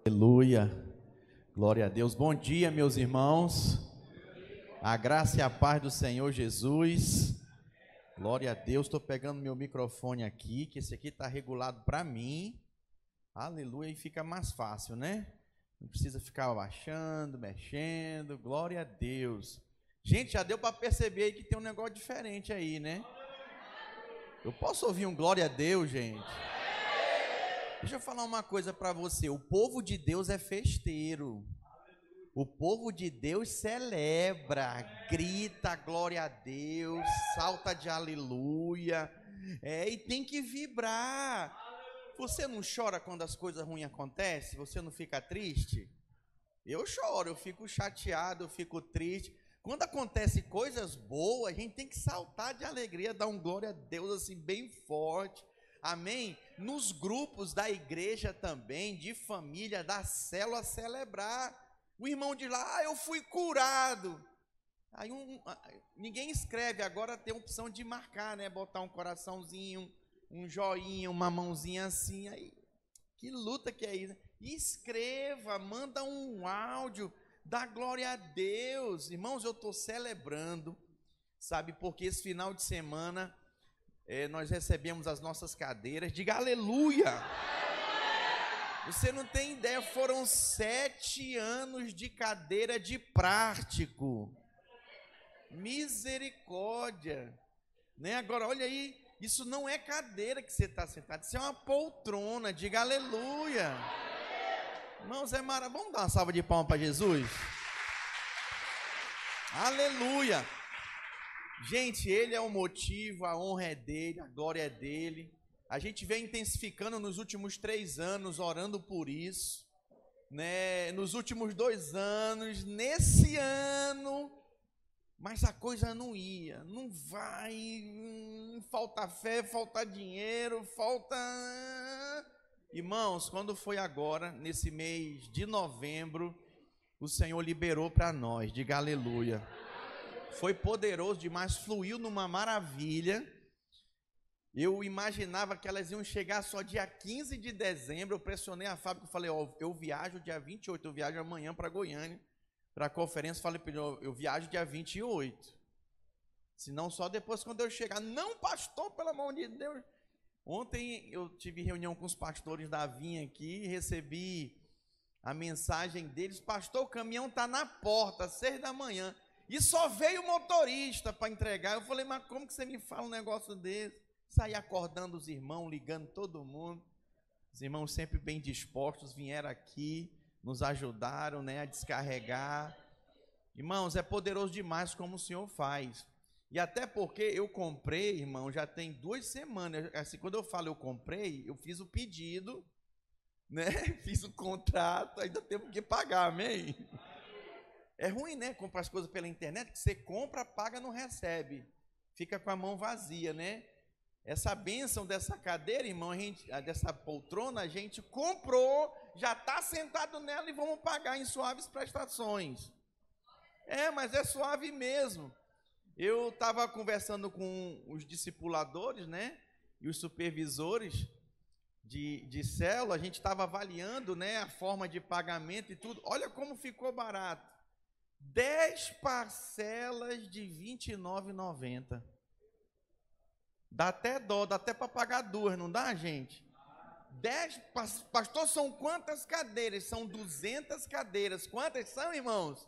Aleluia, glória a Deus. Bom dia, meus irmãos, a graça e a paz do Senhor Jesus. Glória a Deus. Estou pegando meu microfone aqui, que esse aqui está regulado para mim. Aleluia, e fica mais fácil, né? Não precisa ficar abaixando, mexendo. Glória a Deus. Gente, já deu para perceber aí que tem um negócio diferente aí, né? Eu posso ouvir um glória a Deus, gente? Deixa eu falar uma coisa para você. O povo de Deus é festeiro. O povo de Deus celebra, grita glória a Deus, salta de aleluia. E tem que vibrar. Você não chora quando as coisas ruins acontecem? Você não fica triste? Eu choro, eu fico chateado, eu fico triste. Quando acontecem coisas boas, a gente tem que saltar de alegria, dar um glória a Deus assim bem forte. Amém? Nos grupos da igreja também, de família, da célula, celebrar. O irmão diz lá, eu fui curado. Aí ninguém escreve, agora tem a opção de marcar, né? Botar um coraçãozinho, um joinha, uma mãozinha assim. Aí, que luta que é isso, né? Escreva, manda um áudio, dá glória a Deus. Irmãos, eu estou celebrando, sabe? Porque esse final de semana nós recebemos as nossas cadeiras. Diga aleluia! Você não tem ideia, foram 7 anos de cadeira de prático. Misericórdia, né? Agora, olha aí, isso não é cadeira que você está sentado, isso é uma poltrona. Diga aleluia. Irmãos, é maravilhoso. Vamos dar uma salva de palmas para Jesus? Aleluia. Gente, ele é o motivo, a honra é dele, a glória é dele. A gente vem intensificando nos últimos 3 anos, orando por isso, né? Nos últimos 2 anos, nesse ano, mas a coisa não ia, não vai, falta fé, falta dinheiro, falta... Irmãos, quando foi agora, nesse mês de novembro, o Senhor liberou para nós, diga aleluia. Foi poderoso demais, fluiu numa maravilha. Eu imaginava que elas iam chegar só dia 15 de dezembro, eu pressionei a fábrica, falei, eu viajo dia 28, eu viajo amanhã para Goiânia, para a conferência, falei para ele, eu viajo dia 28, senão só depois quando eu chegar. Não, pastor, pelo amor de Deus. Ontem eu tive reunião com os pastores da Vinha aqui, recebi a mensagem deles, pastor, o caminhão está na porta, 6 da manhã, e só veio o motorista para entregar. Eu falei, mas como que você me fala um negócio desse? Saí acordando os irmãos, ligando todo mundo. Os irmãos sempre bem dispostos, vieram aqui, nos ajudaram, né, a descarregar. Irmãos, é poderoso demais como o Senhor faz. E até porque eu comprei, irmão, já tem 2 semanas. Assim, quando eu falo eu comprei, eu fiz o pedido, né? Fiz o contrato, ainda temos que pagar, amém? É ruim, né? Comprar as coisas pela internet, que você compra, paga, não recebe. Fica com a mão vazia, né? Essa bênção dessa cadeira, irmão, dessa poltrona, a gente comprou, já está sentado nela e vamos pagar em suaves prestações. Mas é suave mesmo. Eu estava conversando com os discipuladores, né, e os supervisores de célula, a gente estava avaliando, né, a forma de pagamento e tudo. Olha como ficou barato. 10 parcelas de R$ 29,90. Dá até dó, dá até para pagar 2, não dá, gente? 10, pastor, são quantas cadeiras? São 200 cadeiras. Quantas são, irmãos?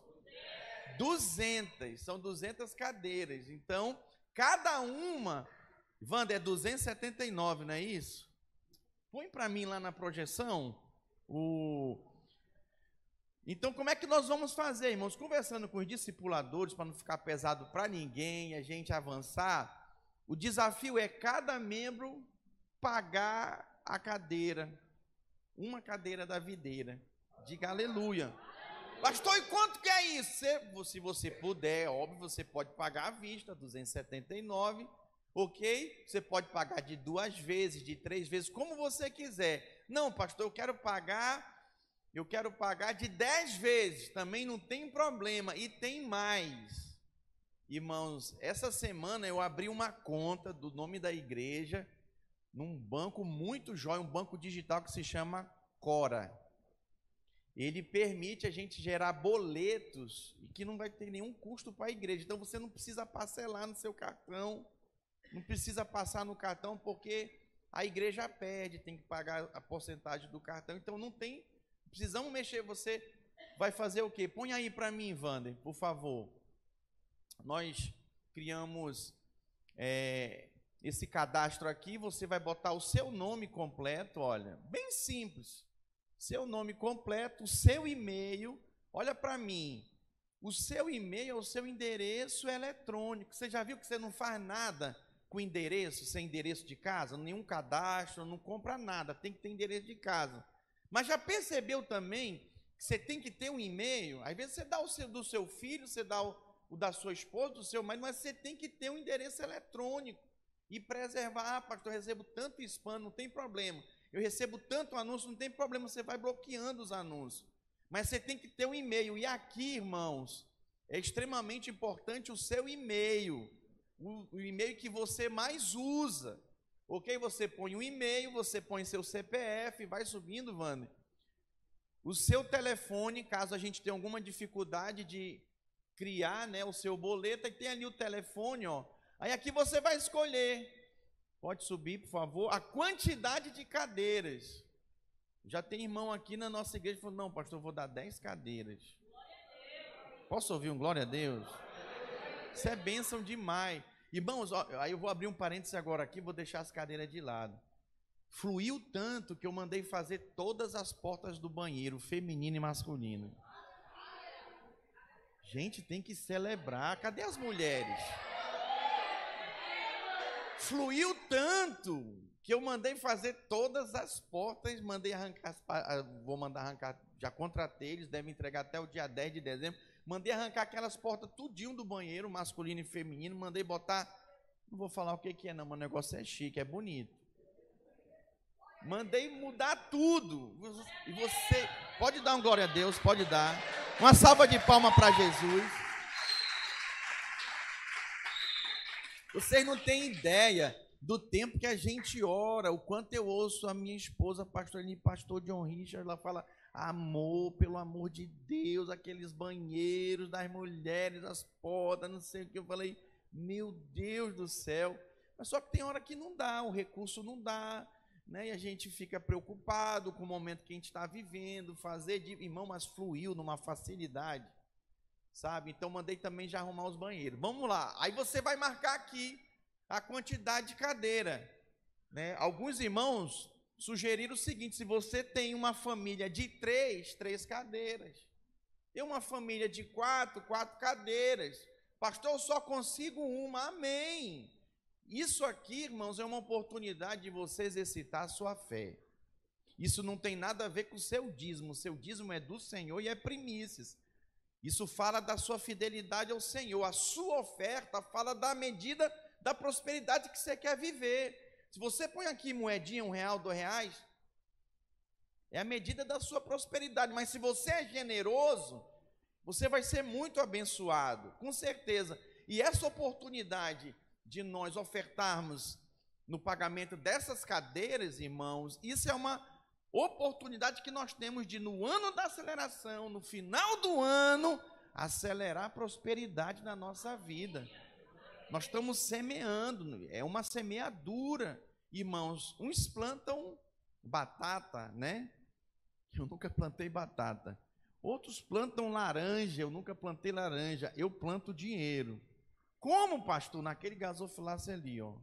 200, são 200 cadeiras. Então, cada uma, Wanda, é 279, não é isso? Põe para mim lá na projeção. Então, como é que nós vamos fazer, irmãos? Conversando com os discipuladores, para não ficar pesado para ninguém, a gente avançar. O desafio é cada membro pagar a cadeira, uma cadeira da videira. Diga aleluia. Pastor, e quanto que é isso? Se você puder, óbvio, você pode pagar à vista, 279, ok? Você pode pagar de 2 vezes, de 3 vezes, como você quiser. Não, pastor, eu quero pagar de 10 vezes, também não tem problema, e tem mais. Irmãos, essa semana eu abri uma conta do nome da igreja, num banco muito jóia, um banco digital que se chama Cora. ele permite a gente gerar boletos e que não vai ter nenhum custo para a igreja. Então você não precisa parcelar no seu cartão, não precisa passar no cartão porque a igreja pede, tem que pagar a porcentagem do cartão. Então não tem, precisamos mexer. Você vai fazer o quê? Põe aí para mim, Wander, por favor. Nós criamos esse cadastro aqui, você vai botar o seu nome completo, olha, bem simples. Seu nome completo, o seu e-mail, olha para mim, o seu e-mail é o seu endereço eletrônico. Você já viu que você não faz nada com endereço, sem endereço de casa? Nenhum cadastro, não compra nada, tem que ter endereço de casa. Mas já percebeu também que você tem que ter um e-mail? Às vezes você dá o seu, do seu filho, você dá o da sua esposa, do seu marido, mas você tem que ter um endereço eletrônico e preservar. Ah, pastor, eu recebo tanto spam, não tem problema. Eu recebo tanto anúncio, não tem problema, você vai bloqueando os anúncios. Mas você tem que ter um e-mail. E aqui, irmãos, é extremamente importante o seu e-mail. O e-mail que você mais usa. Ok? Você põe um e-mail, você põe seu CPF, vai subindo, Wander. O seu telefone, caso a gente tenha alguma dificuldade de criar, né, o seu boleto, e tem ali o telefone, ó. Aí aqui você vai escolher. Pode subir, por favor, a quantidade de cadeiras. Já tem irmão aqui na nossa igreja que falou, não, pastor, eu vou dar 10 cadeiras. Posso ouvir um glória a Deus? Isso é bênção demais. Irmãos, ó, aí eu vou abrir um parênteses agora aqui, vou deixar as cadeiras de lado. Fluiu tanto que eu mandei fazer todas as portas do banheiro, feminino e masculino. Gente, tem que celebrar. Cadê as mulheres? Fluiu tanto que eu mandei fazer todas as portas, mandei arrancar, vou mandar arrancar, já contratei, eles devem entregar até o dia 10 de dezembro, mandei arrancar aquelas portas tudinho do banheiro, masculino e feminino, mandei botar, não vou falar o que é não, mas o negócio é chique, é bonito. Mandei mudar tudo, e você, pode dar um glória a Deus, pode dar, uma salva de palmas para Jesus. Vocês não têm ideia do tempo que a gente ora, o quanto eu ouço a minha esposa, pastor John Richard, ela fala, amor, pelo amor de Deus, aqueles banheiros das mulheres, as portas, não sei o que. Eu falei, meu Deus do céu. Mas só que tem hora que não dá, o recurso não dá, né? E a gente fica preocupado com o momento que a gente está vivendo, irmão, mas fluiu numa facilidade. Sabe? Então mandei também já arrumar os banheiros. Vamos lá. Aí você vai marcar aqui a quantidade de cadeira, né? Alguns irmãos sugeriram o seguinte: se você tem uma família de 3 cadeiras. Tem uma família de 4 cadeiras. Pastor, eu só consigo uma. Amém. Isso aqui, irmãos, é uma oportunidade de você exercitar a sua fé. Isso não tem nada a ver com o seu dízimo. O seu dízimo é do Senhor e é primícias. Isso fala da sua fidelidade ao Senhor. A sua oferta fala da medida da prosperidade que você quer viver. Se você põe aqui moedinha, R$1, R$2, é a medida da sua prosperidade. Mas se você é generoso, você vai ser muito abençoado, com certeza. E essa oportunidade de nós ofertarmos no pagamento dessas cadeiras, irmãos, isso é uma oportunidade que nós temos de, no ano da aceleração, no final do ano, acelerar a prosperidade na nossa vida. Nós estamos semeando, é uma semeadura, irmãos. Uns plantam batata, né? Eu nunca plantei batata. Outros plantam laranja, eu nunca plantei laranja. Eu planto dinheiro. Como, pastor? Naquele gasofilácio ali, ó.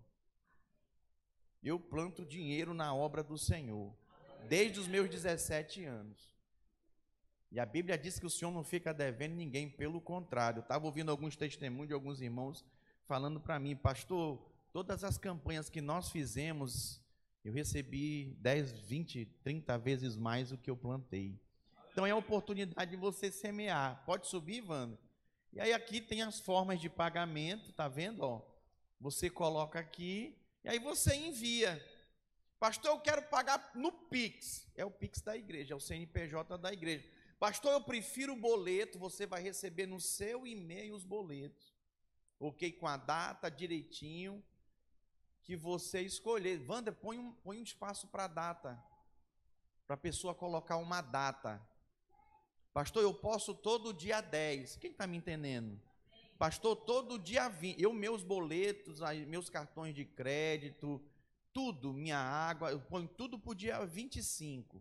Eu planto dinheiro na obra do Senhor. Desde os meus 17 anos. E a Bíblia diz que o Senhor não fica devendo ninguém, pelo contrário. Eu estava ouvindo alguns testemunhos de alguns irmãos falando para mim, pastor, todas as campanhas que nós fizemos, eu recebi 10, 20, 30 vezes mais do que eu plantei. Então é a oportunidade de você semear. Pode subir, Wander? E aí aqui tem as formas de pagamento, tá vendo? Ó, você coloca aqui e aí você envia. Pastor, eu quero pagar no Pix. É o Pix da igreja, é o CNPJ da igreja. Pastor, eu prefiro o boleto. Você vai receber no seu e-mail os boletos. Ok? Com a data direitinho que você escolher. Wander, põe um espaço para a data. Para a pessoa colocar uma data. Pastor, eu posso todo dia 10. Quem está me entendendo? Pastor, todo dia 20. Meus boletos, meus cartões de crédito, tudo, minha água, eu ponho tudo para o dia 25.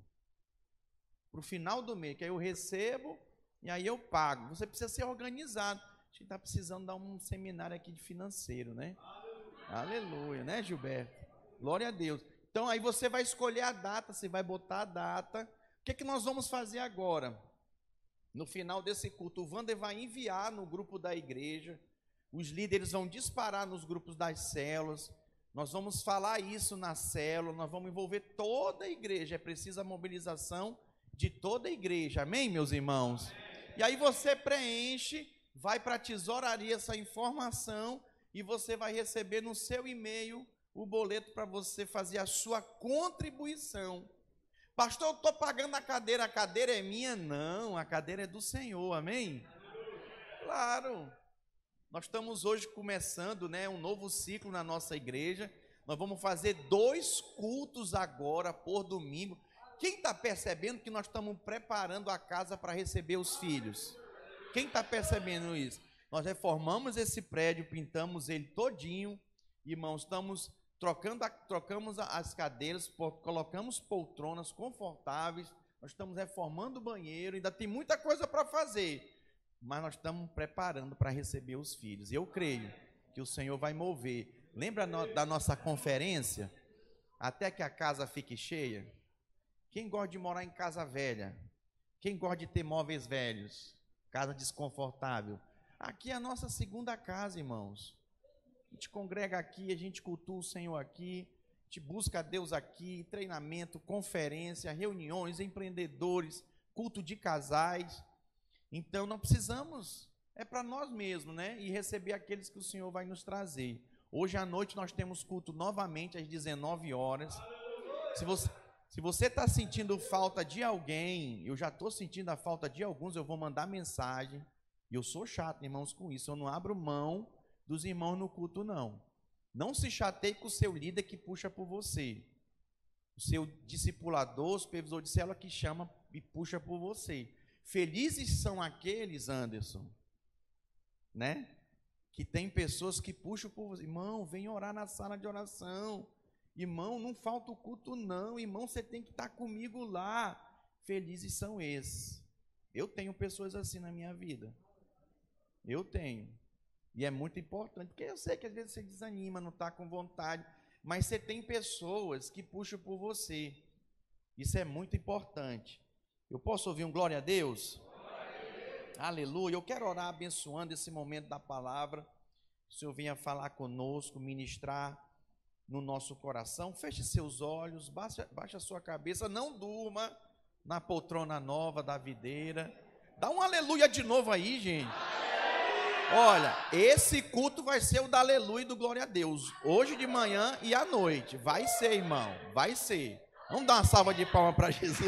Para o final do mês, que aí eu recebo e aí eu pago. Você precisa ser organizado. A gente está precisando dar um seminário aqui de financeiro, né? Aleluia, né, Gilberto? Glória a Deus. Então aí você vai escolher a data, você vai botar a data. O que nós vamos fazer agora? No final desse culto, o Wander vai enviar no grupo da igreja, os líderes vão disparar nos grupos das células, nós vamos falar isso na célula, nós vamos envolver toda a igreja, é preciso a mobilização de toda a igreja, amém, meus irmãos? E aí você preenche, vai para a tesouraria essa informação e você vai receber no seu e-mail o boleto para você fazer a sua contribuição. Pastor, eu estou pagando a cadeira é minha? Não, a cadeira é do Senhor, amém? Claro, nós estamos hoje começando, né, um novo ciclo na nossa igreja, nós vamos fazer 2 cultos agora por domingo. Quem está percebendo que nós estamos preparando a casa para receber os filhos? Quem está percebendo isso? Nós reformamos esse prédio, pintamos ele todinho, irmãos, trocamos as cadeiras, colocamos poltronas confortáveis, nós estamos reformando o banheiro, ainda tem muita coisa para fazer, mas nós estamos preparando para receber os filhos. Eu creio que o Senhor vai mover. Lembra da nossa conferência? Até que a casa fique cheia? Quem gosta de morar em casa velha? Quem gosta de ter móveis velhos? Casa desconfortável? Aqui é a nossa segunda casa, irmãos. A gente congrega aqui, a gente cultua o Senhor aqui, a gente busca a Deus aqui, treinamento, conferência, reuniões, empreendedores, culto de casais. Então, não precisamos, é para nós mesmos, né? E receber aqueles que o Senhor vai nos trazer. Hoje à noite nós temos culto novamente às 19 horas. Se você está sentindo falta de alguém, eu já estou sentindo a falta de alguns, eu vou mandar mensagem. E eu sou chato, irmãos, com isso. Eu não abro mão dos irmãos no culto, não. Não se chateie com o seu líder que puxa por você. O seu discipulador, o supervisor de célula que chama e puxa por você. Felizes são aqueles, Anderson, né? Que tem pessoas que puxam por você. Irmão, vem orar na sala de oração. Irmão, não falta o culto, não. Irmão, você tem que estar comigo lá. Felizes são esses. Eu tenho pessoas assim na minha vida. Eu tenho. E é muito importante, porque eu sei que às vezes você desanima, não está com vontade, mas você tem pessoas que puxam por você. Isso é muito importante. Eu posso ouvir um glória a Deus? Glória a Deus. Aleluia. Eu quero orar abençoando esse momento da palavra. O Senhor venha falar conosco, ministrar no nosso coração. Feche seus olhos, baixe a sua cabeça, não durma na poltrona nova da videira. Dá um aleluia de novo aí, gente. Olha, esse culto vai ser o da aleluia e do glória a Deus, hoje de manhã e à noite. Vai ser, irmão, vai ser. Vamos dar uma salva de palmas para Jesus.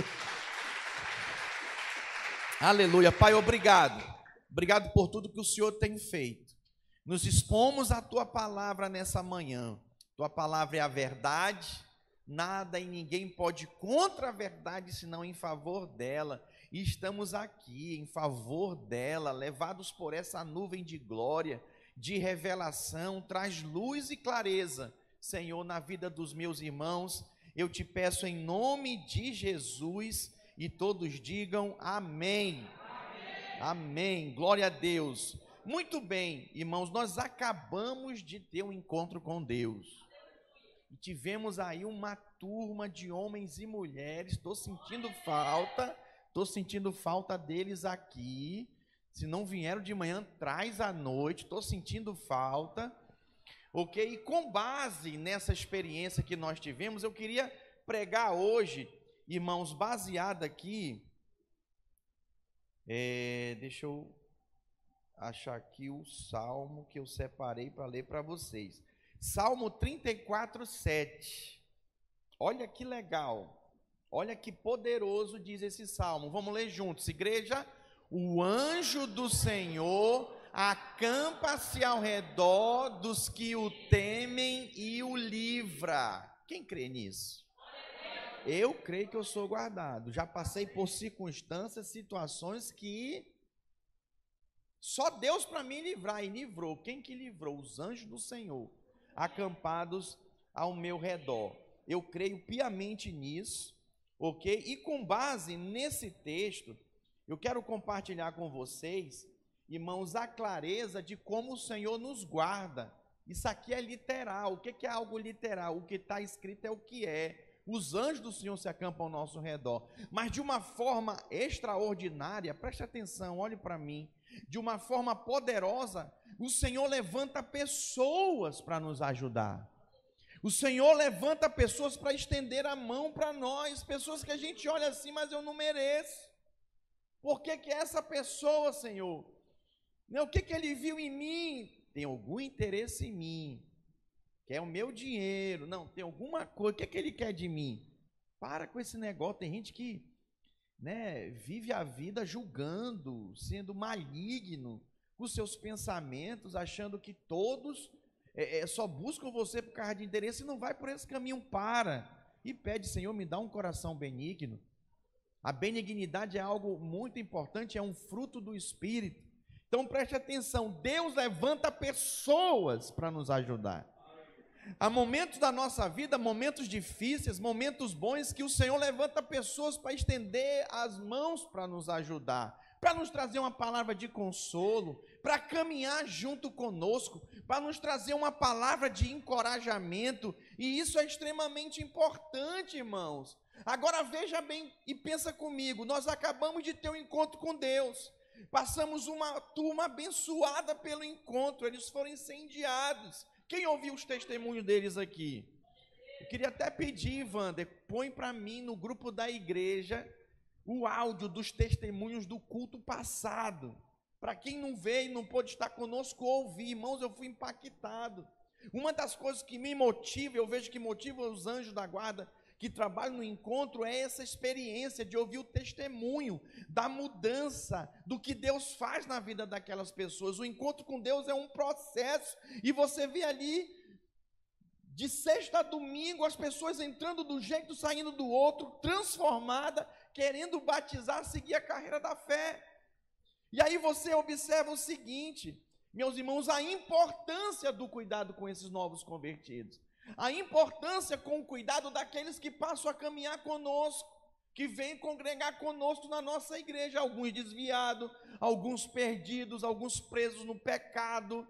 Aleluia. Pai, obrigado. Obrigado por tudo que o Senhor tem feito. Nos expomos a Tua palavra nessa manhã. Tua palavra é a verdade. Nada e ninguém pode ir contra a verdade, senão em favor dela. E estamos aqui em favor dela, levados por essa nuvem de glória, de revelação, traz luz e clareza, Senhor, na vida dos meus irmãos. Eu te peço em nome de Jesus, e todos digam amém. Amém. Amém. Glória a Deus. Muito bem, irmãos, nós acabamos de ter um encontro com Deus. E tivemos aí uma turma de homens e mulheres. Estou sentindo falta deles aqui. Se não vieram de manhã, traz à noite. Estou sentindo falta. Ok? E com base nessa experiência que nós tivemos, eu queria pregar hoje, irmãos, baseado aqui. Deixa eu achar aqui o salmo que eu separei para ler para vocês. Salmo 34:7. Olha que legal. Olha que poderoso diz esse salmo. Vamos ler juntos, igreja. O anjo do Senhor acampa-se ao redor dos que o temem e o livra. Quem crê nisso? Eu creio que eu sou guardado. Já passei por circunstâncias, situações que só Deus para me livrar, e livrou. Quem que livrou? Os anjos do Senhor, acampados ao meu redor. Eu creio piamente nisso, ok? E com base nesse texto, eu quero compartilhar com vocês, irmãos, a clareza de como o Senhor nos guarda. Isso aqui é literal. O que é algo literal? O que está escrito é o que é. Os anjos do Senhor se acampam ao nosso redor, mas de uma forma extraordinária, preste atenção, olhe para mim, de uma forma poderosa, o Senhor levanta pessoas para nos ajudar. O Senhor levanta pessoas para estender a mão para nós, pessoas que a gente olha assim, mas eu não mereço. Por que que essa pessoa, Senhor? O que que ele viu em mim? Tem algum interesse em mim. Quer o meu dinheiro, não, tem alguma coisa, o que é que ele quer de mim? Para com esse negócio, tem gente que, vive a vida julgando, sendo maligno, com seus pensamentos, achando que todos só buscam você por causa de interesse e não vai por esse caminho. Para e pede: Senhor, me dá um coração benigno. A benignidade é algo muito importante, é um fruto do Espírito. Então preste atenção, Deus levanta pessoas para nos ajudar. Há momentos da nossa vida, momentos difíceis, momentos bons, que o Senhor levanta pessoas para estender as mãos para nos ajudar, para nos trazer uma palavra de consolo, para caminhar junto conosco, para nos trazer uma palavra de encorajamento, e isso é extremamente importante, irmãos. Agora veja bem e pensa comigo, nós acabamos de ter um encontro com Deus, passamos uma turma abençoada pelo encontro, eles foram incendiados. Quem ouviu os testemunhos deles aqui? Eu queria até pedir, Wander, põe para mim no grupo da igreja o áudio dos testemunhos do culto passado. Para quem não veio e não pôde estar conosco, ouvir. Irmãos, eu fui impactado. Uma das coisas que me motiva, eu vejo que motiva os anjos da guarda que trabalham no encontro, é essa experiência de ouvir o testemunho da mudança, do que Deus faz na vida daquelas pessoas. O encontro com Deus é um processo, e você vê ali, de sexta a domingo, as pessoas entrando do jeito, saindo do outro, transformada, querendo batizar, seguir a carreira da fé. E aí você observa o seguinte, meus irmãos, a importância do cuidado com esses novos convertidos. A importância com o cuidado daqueles que passam a caminhar conosco, que vêm congregar conosco na nossa igreja, alguns desviados, alguns perdidos, alguns presos no pecado.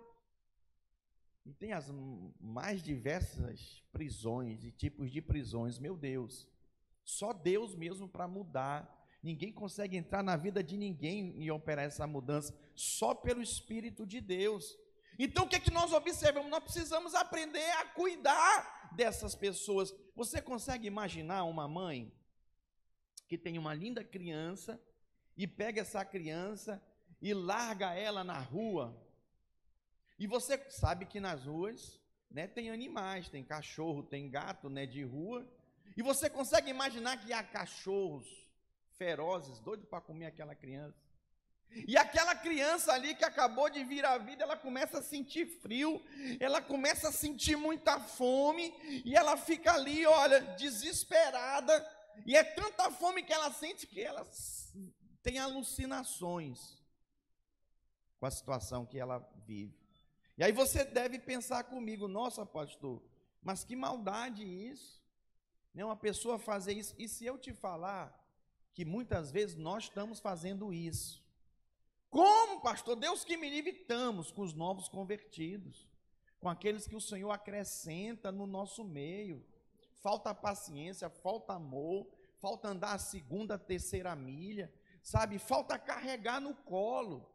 E tem as mais diversas prisões e tipos de prisões, meu Deus. Só Deus mesmo para mudar. Ninguém consegue entrar na vida de ninguém e operar essa mudança, só pelo Espírito de Deus. Então o que é que nós observamos? Nós precisamos aprender a cuidar dessas pessoas. Você consegue imaginar uma mãe que tem uma linda criança e pega essa criança e larga ela na rua? E você sabe que nas ruas, tem animais, tem cachorro, tem gato, de rua. E você consegue imaginar que há cachorros ferozes, doidos para comer aquela criança? E aquela criança ali que acabou de vir à vida, ela começa a sentir frio, ela começa a sentir muita fome, e ela fica ali, olha, desesperada, e é tanta fome que ela sente que ela tem alucinações com a situação que ela vive. E aí você deve pensar comigo: nossa, pastor, mas que maldade isso, uma pessoa fazer isso. E se eu te falar que muitas vezes nós estamos fazendo isso? Como, pastor? Deus que me livre, estamos com os novos convertidos, com aqueles que o Senhor acrescenta no nosso meio. Falta paciência, falta amor, falta andar a segunda, terceira milha, sabe? Falta carregar no colo.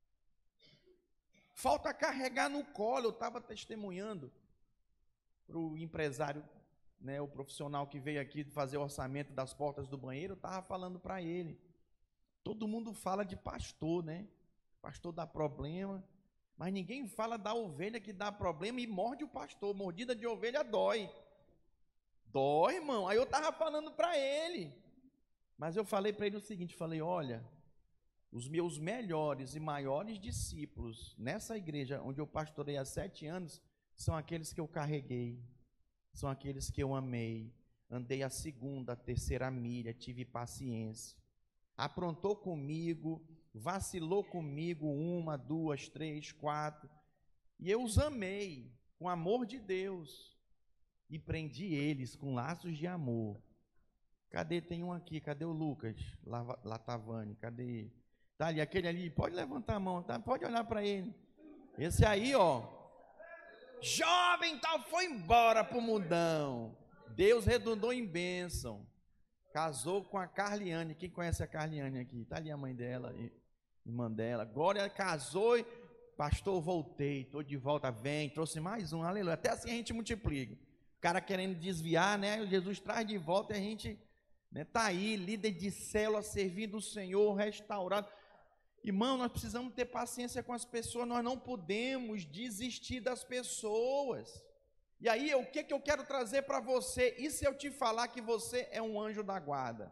Falta carregar no colo. Eu estava testemunhando para o empresário, o profissional que veio aqui fazer o orçamento das portas do banheiro, eu estava falando para ele. Todo mundo fala de pastor, Pastor dá problema, mas ninguém fala da ovelha que dá problema e morde o pastor. Mordida de ovelha dói. Dói, irmão. Aí eu estava falando para ele, mas eu falei para ele o seguinte, olha, os meus melhores e maiores discípulos nessa igreja onde eu pastorei há 7 anos, são aqueles que eu carreguei, são aqueles que eu amei, andei a segunda, a terceira milha, tive paciência. Aprontou comigo, vacilou comigo 1, 2, 3, 4. E eu os amei com amor de Deus. E prendi eles com laços de amor. Cadê? Tem um aqui, cadê o Lucas? Latavani, cadê? Tá ali, aquele ali, pode levantar a mão, tá? Pode olhar para ele. Esse aí, ó, jovem tal, foi embora pro mundão. Deus redundou em bênção. Casou com a Carliane. Quem conhece a Carliane aqui? Tá ali a mãe dela, irmã dela. Glória, casou e, pastor, voltei, estou de volta, vem, trouxe mais um, aleluia. Até assim a gente multiplica. O cara querendo desviar, né? Jesus traz de volta e a gente, né, tá aí, líder de célula, servindo o Senhor, restaurado. Irmão, nós precisamos ter paciência com as pessoas, nós não podemos desistir das pessoas. E aí, o que eu quero trazer para você? E se eu te falar que você é um anjo da guarda?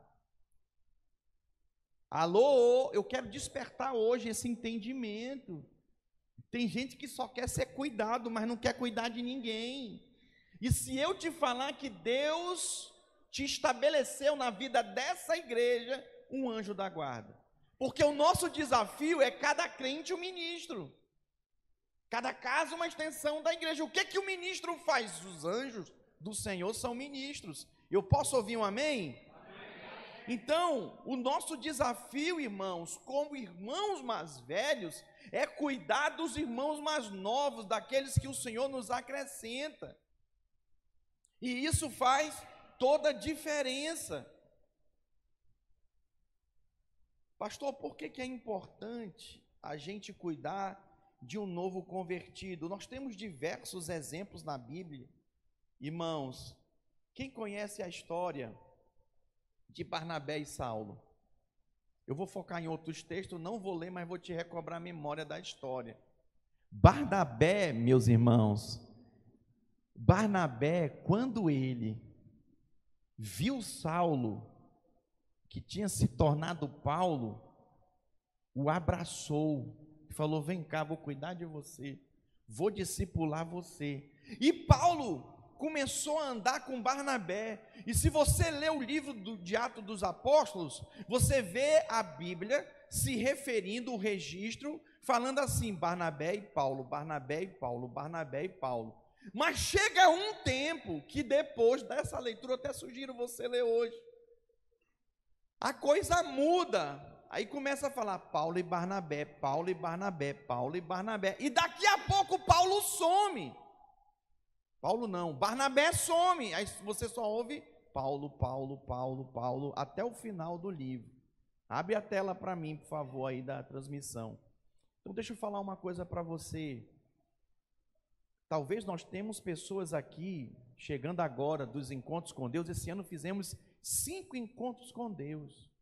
Alô, eu quero despertar hoje esse entendimento. Tem gente que só quer ser cuidado, mas não quer cuidar de ninguém. E se eu te falar que Deus te estabeleceu na vida dessa igreja um anjo da guarda? Porque o nosso desafio é cada crente um ministro. Cada casa uma extensão da igreja. O que o ministro faz? Os anjos do Senhor são ministros. Eu posso ouvir um amém? Então, o nosso desafio, irmãos, como irmãos mais velhos, é cuidar dos irmãos mais novos, daqueles que o Senhor nos acrescenta. E isso faz toda a diferença. Pastor, por que é importante a gente cuidar de um novo convertido? Nós temos diversos exemplos na Bíblia. Irmãos, quem conhece a história de Barnabé e Saulo? Eu vou focar em outros textos, não vou ler, mas vou te recobrar a memória da história. Barnabé, meus irmãos, Barnabé, quando ele viu Saulo, que tinha se tornado Paulo, o abraçou e falou: vem cá, vou cuidar de você, vou discipular você. E Paulo começou a andar com Barnabé. E se você ler o livro de Atos dos Apóstolos, você vê a Bíblia se referindo, o registro, falando assim: Barnabé e Paulo, Barnabé e Paulo, Barnabé e Paulo. Mas chega um tempo que depois dessa leitura, até sugiro você ler hoje, a coisa muda. Aí começa a falar Paulo e Barnabé, Paulo e Barnabé, Paulo e Barnabé. E daqui a pouco Paulo some. Paulo não, Barnabé some. Aí você só ouve Paulo, Paulo, Paulo, Paulo, até o final do livro. Abre a tela para mim, por favor, aí da transmissão. Então deixa eu falar uma coisa para você. Talvez nós temos pessoas aqui, chegando agora dos encontros com Deus. Esse ano fizemos 5 encontros com Deus,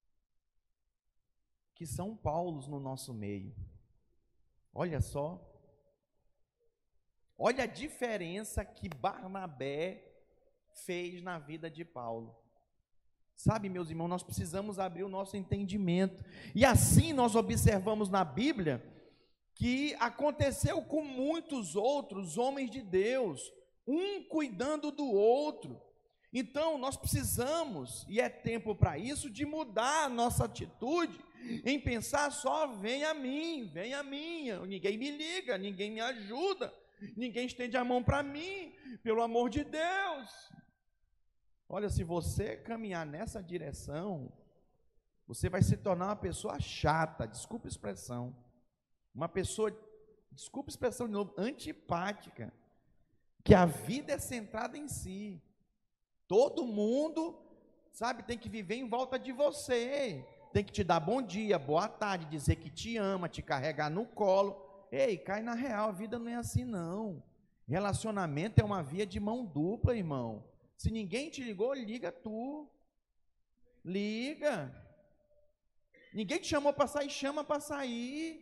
que são Paulos no nosso meio. Olha só. Olha a diferença que Barnabé fez na vida de Paulo. Sabe, meus irmãos, nós precisamos abrir o nosso entendimento. E assim nós observamos na Bíblia que aconteceu com muitos outros homens de Deus, um cuidando do outro. Então nós precisamos, e é tempo para isso, de mudar a nossa atitude em pensar só: vem a mim, ninguém me liga, ninguém me ajuda, ninguém estende a mão para mim, pelo amor de Deus. Olha, se você caminhar nessa direção, você vai se tornar uma pessoa chata, desculpa a expressão, uma pessoa, desculpa a expressão de novo, antipática, que a vida é centrada em si. Todo mundo, sabe, tem que viver em volta de você, tem que te dar bom dia, boa tarde, dizer que te ama, te carregar no colo. Ei, cai na real, a vida não é assim não. Relacionamento é uma via de mão dupla, irmão. Se ninguém te ligou, liga tu. Liga. Ninguém te chamou para sair, chama para sair.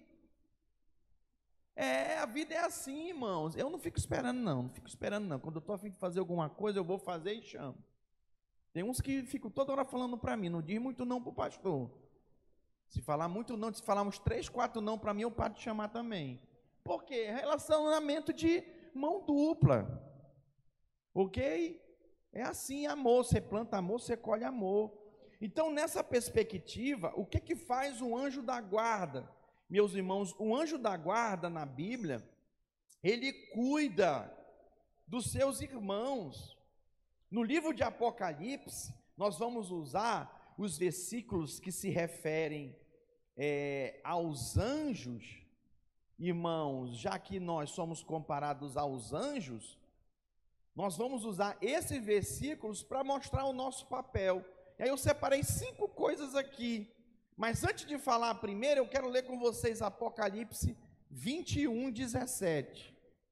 A vida é assim, irmãos. Eu não fico esperando não. Quando eu estou a fim de fazer alguma coisa, eu vou fazer e chamo. Tem uns que ficam toda hora falando para mim: não diz muito não para o pastor. Se falar muito não, se falar uns 3, 4 não para mim, eu paro de chamar também. Por quê? Relacionamento de mão dupla. Ok? É assim, amor, você planta amor, você colhe amor. Então, nessa perspectiva, o que faz o anjo da guarda? Meus irmãos, o anjo da guarda na Bíblia, ele cuida dos seus irmãos. No livro de Apocalipse, nós vamos usar os versículos que se referem aos anjos. Irmãos, já que nós somos comparados aos anjos, nós vamos usar esses versículos para mostrar o nosso papel. E aí eu separei 5 coisas aqui, mas antes de falar a primeira, eu quero ler com vocês Apocalipse 21, 17.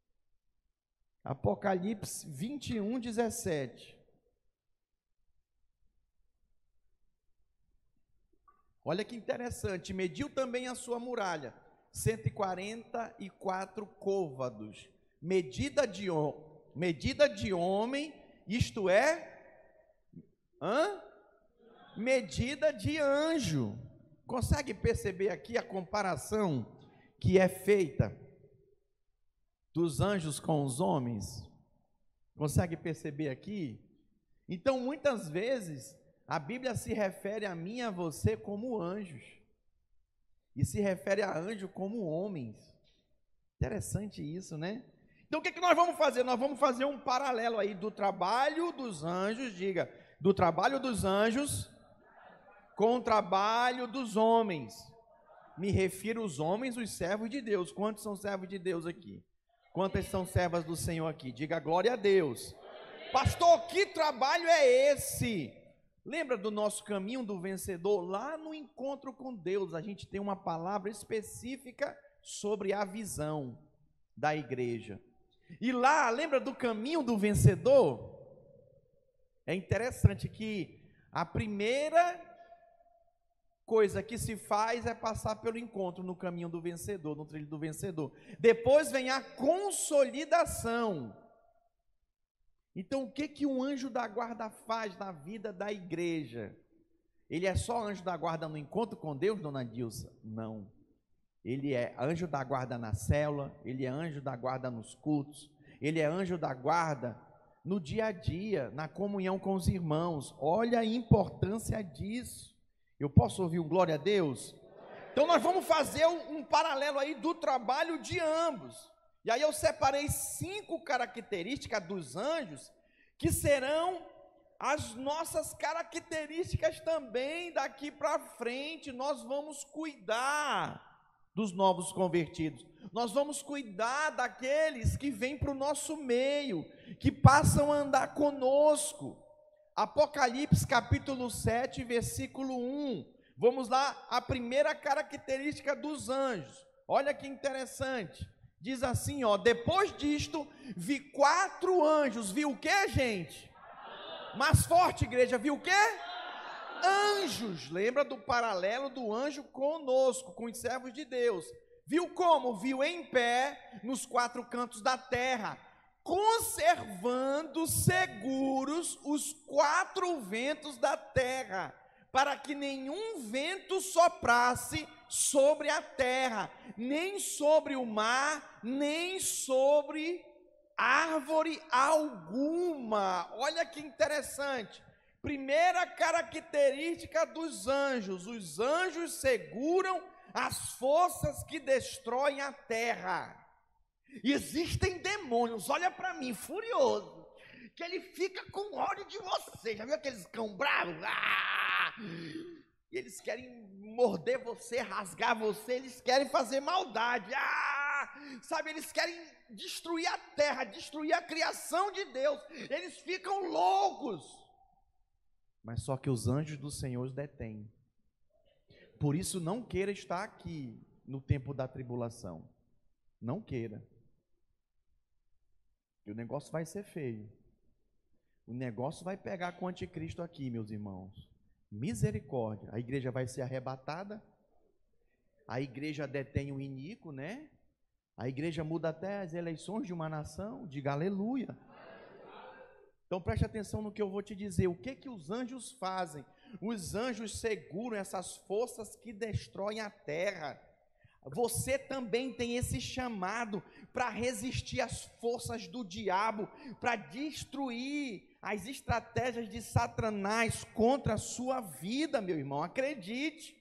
Apocalipse 21, 17. Olha que interessante, mediu também a sua muralha, 144 côvados, medida de homem, isto é, medida de anjo. Consegue perceber aqui a comparação que é feita dos anjos com os homens? Consegue perceber aqui? Então, muitas vezes, a Bíblia se refere a mim e a você como anjos, e se refere a anjo como homens. Interessante isso, né? Então, o que nós vamos fazer? Nós vamos fazer um paralelo aí do trabalho dos anjos, diga, do trabalho dos anjos com o trabalho dos homens. Me refiro aos homens, os servos de Deus. Quantos são servos de Deus aqui? Quantas são servas do Senhor aqui? Diga glória a Deus. Pastor, que trabalho é esse? Lembra do nosso caminho do vencedor? Lá no encontro com Deus, a gente tem uma palavra específica sobre a visão da igreja. E lá, lembra do caminho do vencedor? É interessante que a primeira coisa que se faz é passar pelo encontro no caminho do vencedor, no trilho do vencedor. Depois vem a consolidação. Então, o que um anjo da guarda faz na vida da igreja? Ele é só anjo da guarda no encontro com Deus, dona Dilsa? Não. Ele é anjo da guarda na célula, ele é anjo da guarda nos cultos, ele é anjo da guarda no dia a dia, na comunhão com os irmãos. Olha a importância disso. Eu posso ouvir um glória a Deus? Então nós vamos fazer um paralelo aí do trabalho de ambos. E aí eu separei 5 características dos anjos, que serão as nossas características também daqui para frente. Nós vamos cuidar dos novos convertidos, nós vamos cuidar daqueles que vêm para o nosso meio, que passam a andar conosco. Apocalipse capítulo 7, versículo 1, vamos lá, a primeira característica dos anjos, olha que interessante, diz assim, ó, depois disto, vi 4 anjos, viu o que, gente? Mais forte, igreja, viu o que? Anjos, lembra do paralelo do anjo conosco, com os servos de Deus. Viu como? Viu em pé, nos 4 cantos da terra, conservando seguros os 4 ventos da terra, para que nenhum vento soprasse sobre a terra, nem sobre o mar, nem sobre árvore alguma. Olha que interessante. Primeira característica dos anjos: os anjos seguram as forças que destroem a terra. Existem demônios, olha para mim, furioso, que ele fica com ódio de você. Já viu aqueles cão bravos? E eles querem morder você, rasgar você, eles querem fazer maldade. Sabe, eles querem destruir a terra, destruir a criação de Deus. Eles ficam loucos. Mas só que os anjos do Senhor os detêm. Por isso não queira estar aqui no tempo da tribulação. Não queira. E o negócio vai ser feio. O negócio vai pegar com o anticristo aqui, meus irmãos. Misericórdia. A igreja vai ser arrebatada. A igreja detém o iníquo, né? A igreja muda até as eleições de uma nação. Diga aleluia. Então preste atenção no que eu vou te dizer. O que os anjos fazem? Os anjos seguram essas forças que destroem a terra. Você também tem esse chamado para resistir às forças do diabo, para destruir as estratégias de Satanás contra a sua vida, meu irmão. Acredite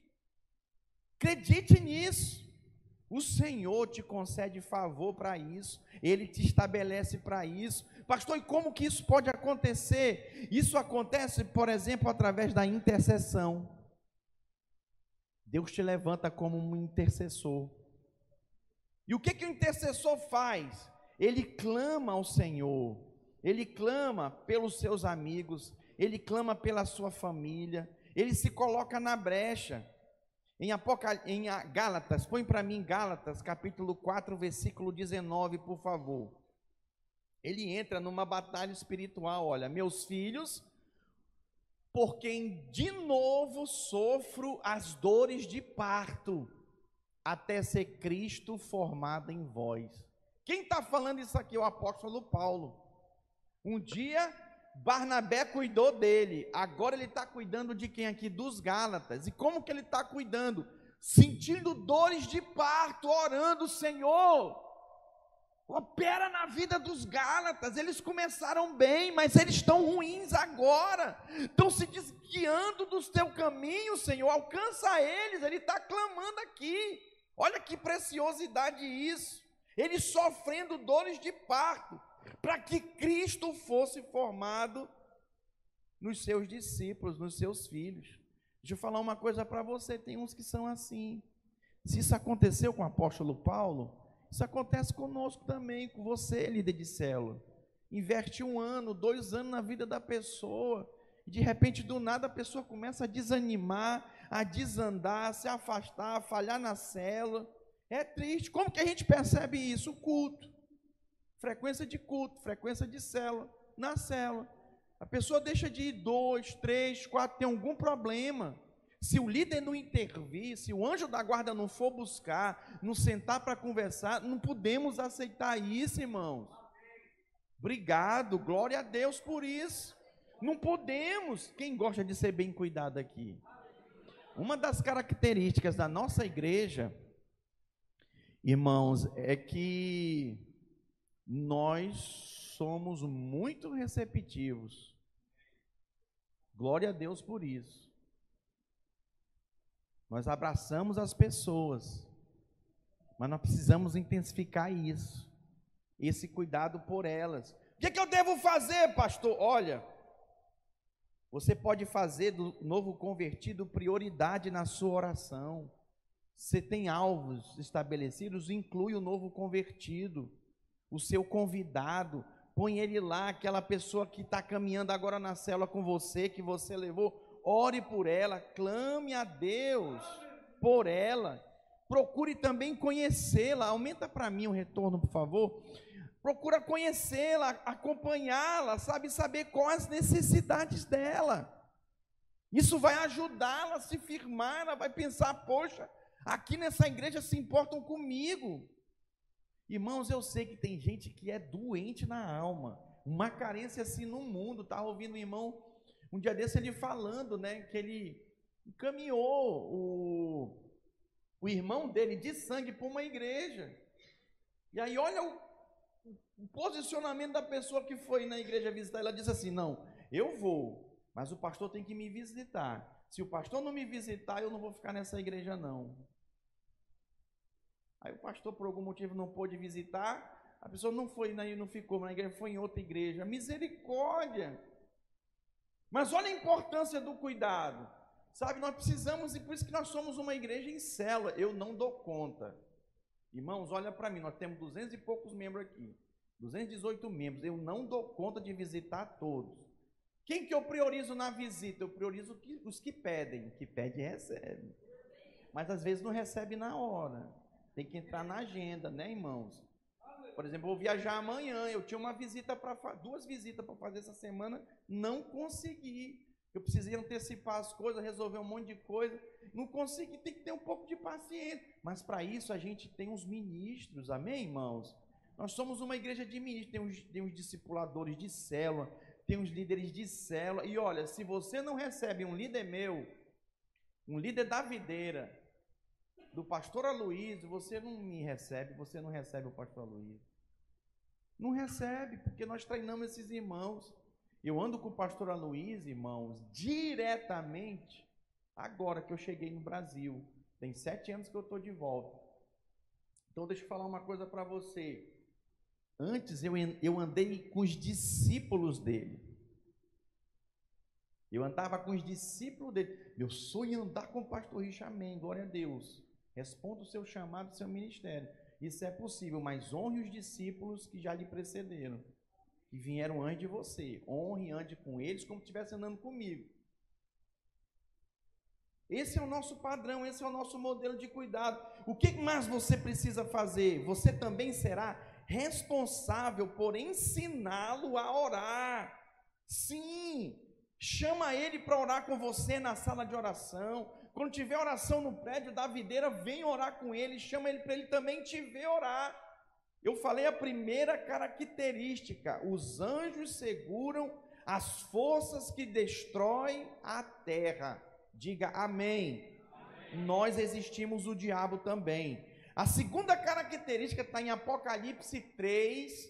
nisso. O Senhor te concede favor para isso, Ele te estabelece para isso. Pastor, e como que isso pode acontecer? Isso acontece, por exemplo, através da intercessão. Deus te levanta como um intercessor. E o que o intercessor faz? Ele clama ao Senhor, ele clama pelos seus amigos, ele clama pela sua família, ele se coloca na brecha. Em Gálatas, põe para mim Gálatas, capítulo 4, versículo 19, por favor. Ele entra numa batalha espiritual. Olha, meus filhos, por quem de novo sofro as dores de parto, até ser Cristo formado em vós. Quem está falando isso aqui é o apóstolo Paulo. Um dia Barnabé cuidou dele, agora ele está cuidando de quem aqui? Dos Gálatas. E como que ele está cuidando? Sentindo dores de parto, orando: Senhor, opera na vida dos Gálatas. Eles começaram bem, mas eles estão ruins agora, estão se desviando do teu caminho, Senhor, alcança eles. Ele está clamando aqui, olha que preciosidade isso, ele sofrendo dores de parto, para que Cristo fosse formado nos seus discípulos, nos seus filhos. Deixa eu falar uma coisa para você, tem uns que são assim. Se isso aconteceu com o apóstolo Paulo, isso acontece conosco também, com você, líder de célula. Investe 1 ano, 2 anos na vida da pessoa, e de repente, do nada, a pessoa começa a desanimar, a desandar, a se afastar, a falhar na célula. É triste. Como que a gente percebe isso? O culto. Frequência de culto, frequência de célula, na célula. A pessoa deixa de ir 2, 3, 4, tem algum problema. Se o líder não intervir, se o anjo da guarda não for buscar, não sentar para conversar, não podemos aceitar isso, irmãos. Obrigado, glória a Deus por isso. Não podemos. Quem gosta de ser bem cuidado aqui? Uma das características da nossa igreja, irmãos, é que nós somos muito receptivos. Glória a Deus por isso. Nós abraçamos as pessoas, mas nós precisamos intensificar isso, esse cuidado por elas. O que eu devo fazer, pastor? Olha, você pode fazer do novo convertido prioridade na sua oração. Você tem alvos estabelecidos, inclui o novo convertido, o seu convidado, põe ele lá, aquela pessoa que está caminhando agora na célula com você, que você levou, ore por ela, clame a Deus por ela, procure também conhecê-la. Aumenta para mim o retorno, por favor. Procura conhecê-la, acompanhá-la, saber quais as necessidades dela. Isso vai ajudá-la a se firmar, ela vai pensar: poxa, aqui nessa igreja se importam comigo. Irmãos, eu sei que tem gente que é doente na alma, uma carência assim no mundo. Estava ouvindo um irmão, um dia desse, ele falando, né, que ele encaminhou o irmão dele de sangue para uma igreja. E aí olha o posicionamento da pessoa que foi na igreja visitar. Ela disse assim: não, eu vou, mas o pastor tem que me visitar. Se o pastor não me visitar, eu não vou ficar nessa igreja não. Aí o pastor, por algum motivo, não pôde visitar, a pessoa não foi, não ficou na igreja, foi em outra igreja. Misericórdia! Mas olha a importância do cuidado, sabe? Nós precisamos, e por isso que nós somos uma igreja em célula. Eu não dou conta. Irmãos, olha para mim, nós temos 200 e poucos membros aqui, 218 membros, eu não dou conta de visitar todos. Quem que eu priorizo na visita? Eu priorizo os que pedem, que pede recebe, mas às vezes não recebe na hora. Tem que entrar na agenda, né, irmãos? Por exemplo, eu vou viajar amanhã, eu tinha duas visitas para fazer essa semana, não consegui. Eu precisei antecipar as coisas, resolver um monte de coisa, não consegui, tem que ter um pouco de paciência. Mas para isso a gente tem os ministros, amém, irmãos? Nós somos uma igreja de ministros, tem uns discipuladores de célula, tem uns líderes de célula. E olha, se você não recebe um líder meu, um líder da videira, do pastor Aloysio, você não me recebe, você não recebe o pastor Aloysio. Não recebe, porque nós treinamos esses irmãos. Eu ando com o pastor Aloysio, irmãos, diretamente, agora que eu cheguei no Brasil. Tem 7 anos que eu estou de volta. Então, deixa eu falar uma coisa para você. Antes, eu andei com os discípulos dele. Eu andava com os discípulos dele. Meu sonho é andar com o pastor Richard, amém, glória a Deus. Responda o seu chamado, o seu ministério. Isso é possível, mas honre os discípulos que já lhe precederam, que vieram antes de você. Honre e ande com eles como se estivesse andando comigo. Esse é o nosso padrão, esse é o nosso modelo de cuidado. O que mais você precisa fazer? Você também será responsável por ensiná-lo a orar. Sim, chama ele para orar com você na sala de oração. Quando tiver oração no prédio da videira, vem orar com ele, chama ele para ele também te ver orar. Eu falei a primeira característica: os anjos seguram as forças que destroem a terra. Diga amém. Amém. Nós resistimos o diabo também. A segunda característica está em Apocalipse 3,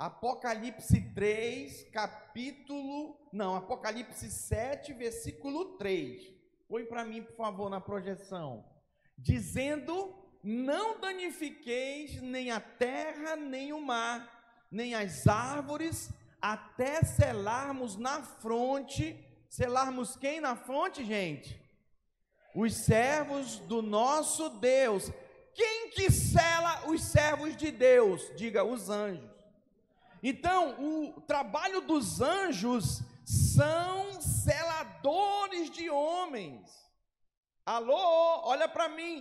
Apocalipse 7, versículo 3. Põe para mim, por favor, na projeção. Dizendo: não danifiqueis nem a terra, nem o mar, nem as árvores, até selarmos na fronte. Selarmos quem na fronte, gente? Os servos do nosso Deus. Quem que sela os servos de Deus? Diga, os anjos. Então, o trabalho dos anjos são seladores de homens. Alô, olha para mim.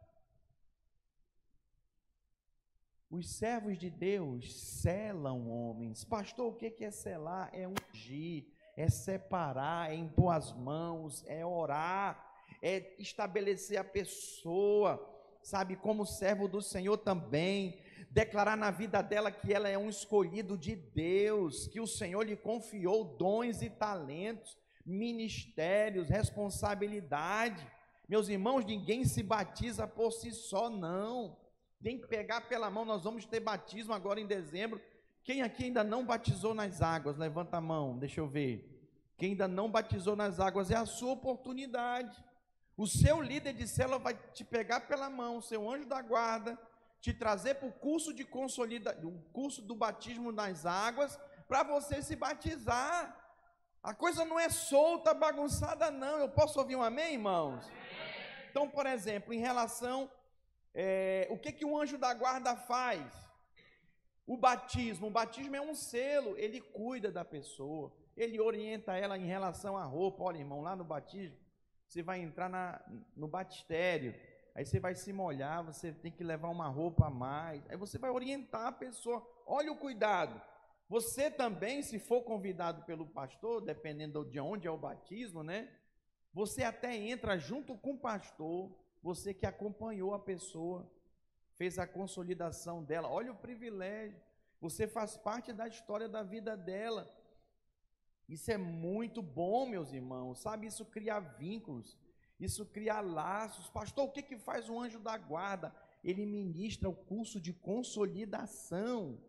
Os servos de Deus selam homens. Pastor, o que é selar? É ungir, é separar, é impor as mãos, é orar, é estabelecer a pessoa, sabe, como servo do Senhor também, declarar na vida dela que ela é um escolhido de Deus, que o Senhor lhe confiou dons e talentos, ministérios, responsabilidade. Meus irmãos, ninguém se batiza por si só, não. Tem que pegar pela mão. Nós vamos ter batismo agora em dezembro. Quem aqui ainda não batizou nas águas? Levanta a mão, deixa eu ver. Quem ainda não batizou nas águas, é a sua oportunidade. O seu líder de célula vai te pegar pela mão, seu anjo da guarda, te trazer para o curso de consolidação, o curso do batismo nas águas, para você se batizar. A coisa não é solta, bagunçada, não. Eu posso ouvir um amém, irmãos? Amém. Então, por exemplo, em relação, o que o anjo da guarda faz? O batismo é um selo, ele cuida da pessoa, ele orienta ela em relação à roupa. Olha, irmão, lá no batismo, você vai entrar no batistério, aí você vai se molhar, você tem que levar uma roupa a mais, aí você vai orientar a pessoa. Olha o cuidado. Você também, se for convidado pelo pastor, dependendo de onde é o batismo, né? Você até entra junto com o pastor, você que acompanhou a pessoa, fez a consolidação dela. Olha o privilégio. Você faz parte da história da vida dela. Isso é muito bom, meus irmãos, sabe? Isso cria vínculos, isso cria laços. Pastor, o que faz um anjo da guarda? Ele ministra o curso de consolidação.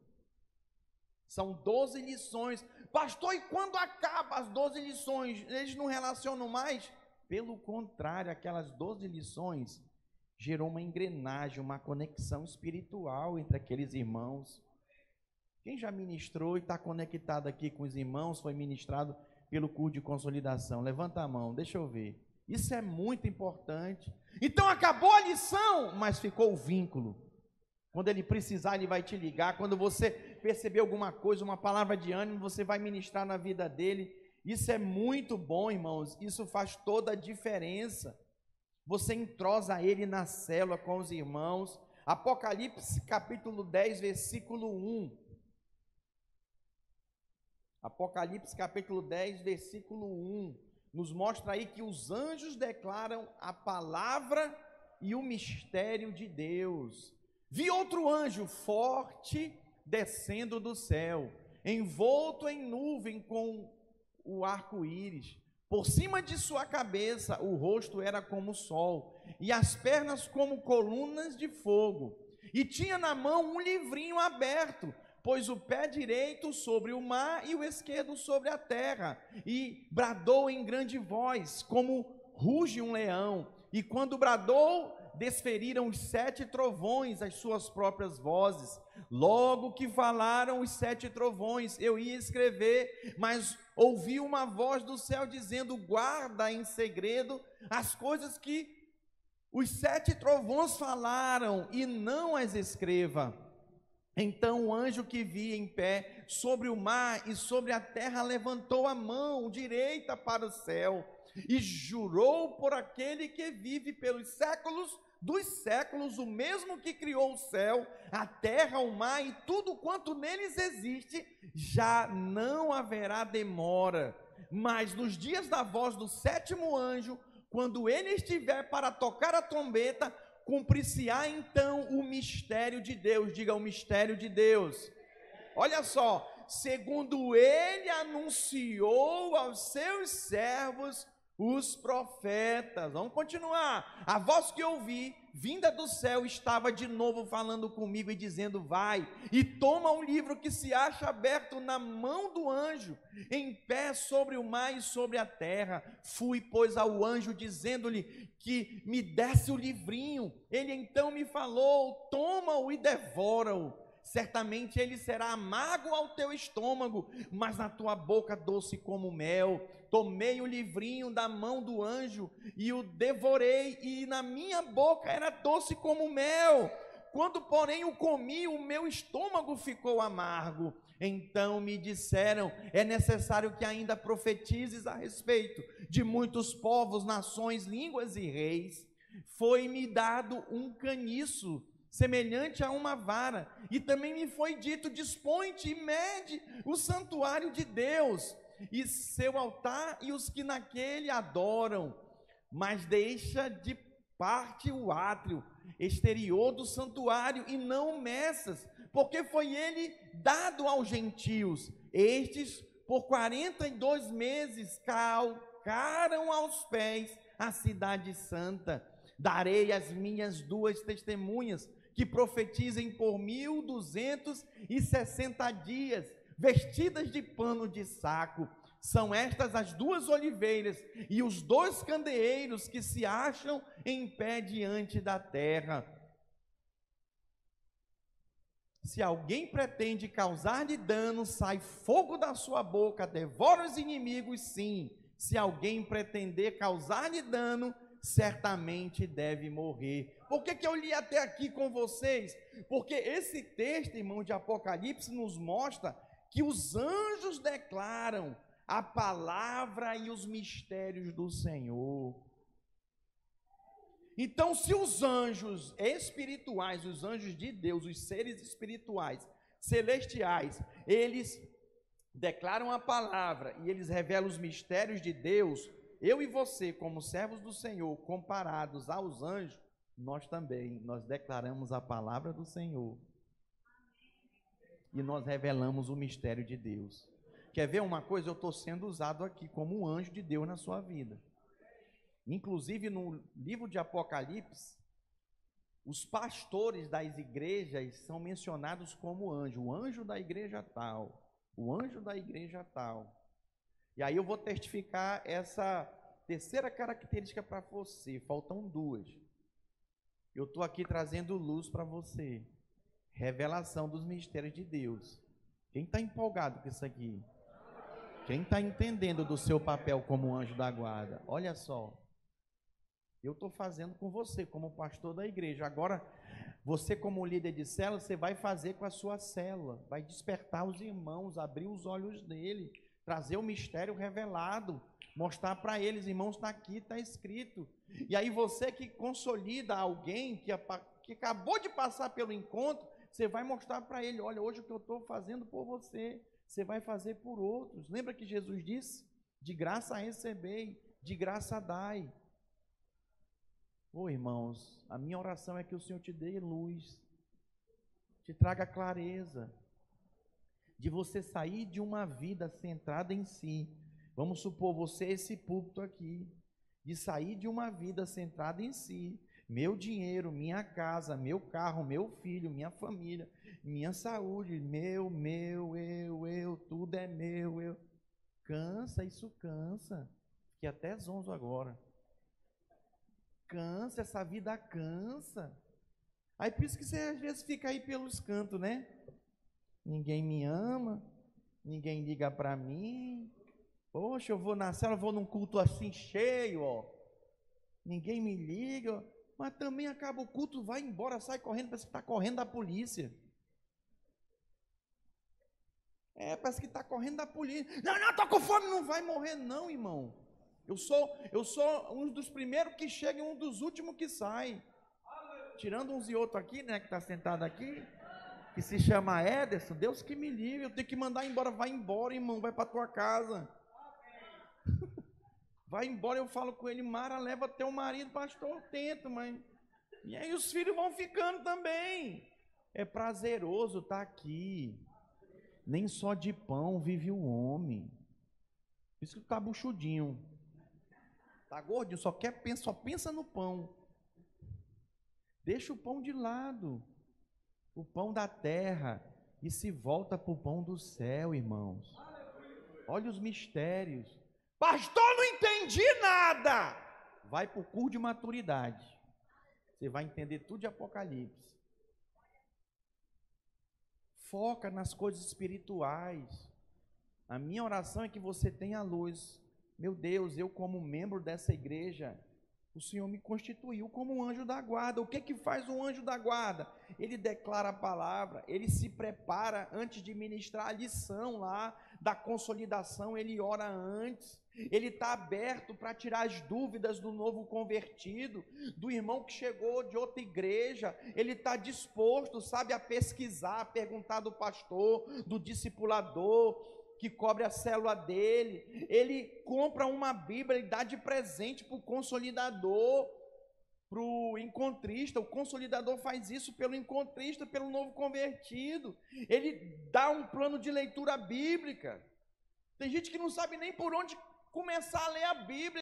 São 12 lições. Pastor, e quando acaba as 12 lições, eles não relacionam mais? Pelo contrário, aquelas 12 lições gerou uma engrenagem, uma conexão espiritual entre aqueles irmãos. Quem já ministrou e está conectado aqui com os irmãos, foi ministrado pelo curso de consolidação? Levanta a mão, deixa eu ver. Isso é muito importante. Então acabou a lição, mas ficou o vínculo. Quando ele precisar, ele vai te ligar. Quando você perceber alguma coisa, uma palavra de ânimo, você vai ministrar na vida dele. Isso é muito bom, irmãos. Isso faz toda a diferença. Você entrosa ele na célula com os irmãos. Apocalipse capítulo 10, versículo 1. Apocalipse capítulo 10, versículo 1, nos mostra aí que os anjos declaram a palavra e o mistério de Deus. Vi outro anjo forte descendo do céu, envolto em nuvem com o arco-íris. Por cima de sua cabeça o rosto era como o sol, e as pernas como colunas de fogo. E tinha na mão um livrinho aberto, pôs o pé direito sobre o mar e o esquerdo sobre a terra, e bradou em grande voz, como ruge um leão. E quando bradou, desferiram os 7 trovões as suas próprias vozes. Logo que falaram os 7 trovões, eu ia escrever, mas ouvi uma voz do céu dizendo: guarda em segredo as coisas que os 7 trovões falaram, e não as escreva. Então o anjo que vi em pé sobre o mar e sobre a terra levantou a mão direita para o céu e jurou por aquele que vive pelos séculos dos séculos, o mesmo que criou o céu, a terra, o mar e tudo quanto neles existe: já não haverá demora, mas nos dias da voz do 7º anjo, quando ele estiver para tocar a trombeta, cumprir-se-á então o mistério de Deus. Diga: o mistério de Deus. Olha só, segundo ele anunciou aos seus servos os profetas. Vamos continuar. A voz que ouvi, vinda do céu, estava de novo falando comigo e dizendo: vai e toma um livro que se acha aberto na mão do anjo, em pé sobre o mar e sobre a terra. Fui, pois, ao anjo, dizendo-lhe que me desse o livrinho. Ele então me falou: toma-o e devora-o. Certamente ele será amargo ao teu estômago, mas na tua boca doce como mel. Tomei o livrinho da mão do anjo e o devorei, e na minha boca era doce como mel. Quando, porém, o comi, o meu estômago ficou amargo. Então me disseram: é necessário que ainda profetizes a respeito de muitos povos, nações, línguas e reis. Foi-me dado um caniço semelhante a uma vara, e também me foi dito: dispõe-te e mede o santuário de Deus e seu altar e os que naquele adoram, mas deixa de parte o átrio exterior do santuário e não o meças, porque foi ele dado aos gentios. Estes por 42 meses calcaram aos pés a cidade santa. Darei as minhas 2 testemunhas, que profetizem por 1260 dias, vestidas de pano de saco. São estas as 2 oliveiras e os 2 candeeiros que se acham em pé diante da terra. Se alguém pretende causar-lhe dano, sai fogo da sua boca, devora os inimigos, sim. Se alguém pretender causar-lhe dano, certamente deve morrer. Por que eu li até aqui com vocês? Porque esse texto, irmão, de Apocalipse nos mostra que os anjos declaram a palavra e os mistérios do Senhor. Então, se os anjos espirituais, os anjos de Deus, os seres espirituais, celestiais, eles declaram a palavra e eles revelam os mistérios de Deus, eu e você, como servos do Senhor, comparados aos anjos, nós também, nós declaramos a palavra do Senhor e nós revelamos o mistério de Deus. Quer ver uma coisa? Eu estou sendo usado aqui como um anjo de Deus na sua vida. Inclusive no livro de Apocalipse, os pastores das igrejas são mencionados como anjo. O anjo da igreja tal, o anjo da igreja tal. E aí eu vou testificar essa terceira característica para você. Faltam 2. Eu estou aqui trazendo luz para você. Revelação dos mistérios de Deus. Quem está empolgado com isso aqui? Quem está entendendo do seu papel como anjo da guarda? Olha só. Eu estou fazendo com você, como pastor da igreja. Agora, você como líder de célula, você vai fazer com a sua célula. Vai despertar os irmãos, abrir os olhos dele, trazer o mistério revelado, mostrar para eles: irmãos, está aqui, está escrito. E aí você que consolida alguém que acabou de passar pelo encontro, você vai mostrar para ele: olha, hoje o que eu estou fazendo por você, você vai fazer por outros. Lembra que Jesus disse: de graça recebei, de graça dai. Irmãos, a minha oração é que o Senhor te dê luz, te traga clareza, de você sair de uma vida centrada em si. Vamos supor, você esse púlpito aqui, de sair de uma vida centrada em si, meu dinheiro, minha casa, meu carro, meu filho, minha família, minha saúde, eu, tudo é meu, eu. Cansa, isso cansa. Fiquei até zonzo agora. Cansa, essa vida cansa. Aí por isso que você às vezes fica aí pelos cantos, né? Ninguém me ama, ninguém liga pra mim. Poxa, eu vou na cela, eu vou num culto assim cheio, ó. Ninguém me liga, mas também acaba o culto, vai embora, sai correndo, parece que está correndo da polícia. Parece que está correndo da polícia. Não, estou com fome, não vai morrer não, irmão. Eu sou um dos primeiros que chega e um dos últimos que sai. Tirando uns e outros aqui, né, que está sentado aqui, que se chama Ederson, Deus que me livre, eu tenho que mandar embora, vai embora, irmão, vai para tua casa. Vai embora, eu falo com ele, Mara, leva teu marido, pastor, eu tento, mas... E aí os filhos vão ficando também. É prazeroso estar aqui. Nem só de pão vive o homem. Por isso que tá buchudinho. Tá gordinho, só pensa no pão. Deixa o pão de lado. O pão da terra. E se volta para o pão do céu, irmãos. Olha os mistérios. Pastor, não entendi nada. Vai para o curso de maturidade. Você vai entender tudo de Apocalipse. Foca nas coisas espirituais. A minha oração é que você tenha luz. Meu Deus, eu como membro dessa igreja, o Senhor me constituiu como um anjo da guarda. O que faz um anjo da guarda? Ele declara a palavra, ele se prepara antes de ministrar a lição lá da consolidação, ele ora antes. Ele está aberto para tirar as dúvidas do novo convertido, do irmão que chegou de outra igreja. Ele está disposto, sabe, a pesquisar, a perguntar do pastor, do discipulador que cobre a célula dele. Ele compra uma Bíblia, ele dá de presente para o consolidador, para o encontrista. O consolidador faz isso pelo encontrista, pelo novo convertido. Ele dá um plano de leitura bíblica. Tem gente que não sabe nem por onde começar a ler a Bíblia.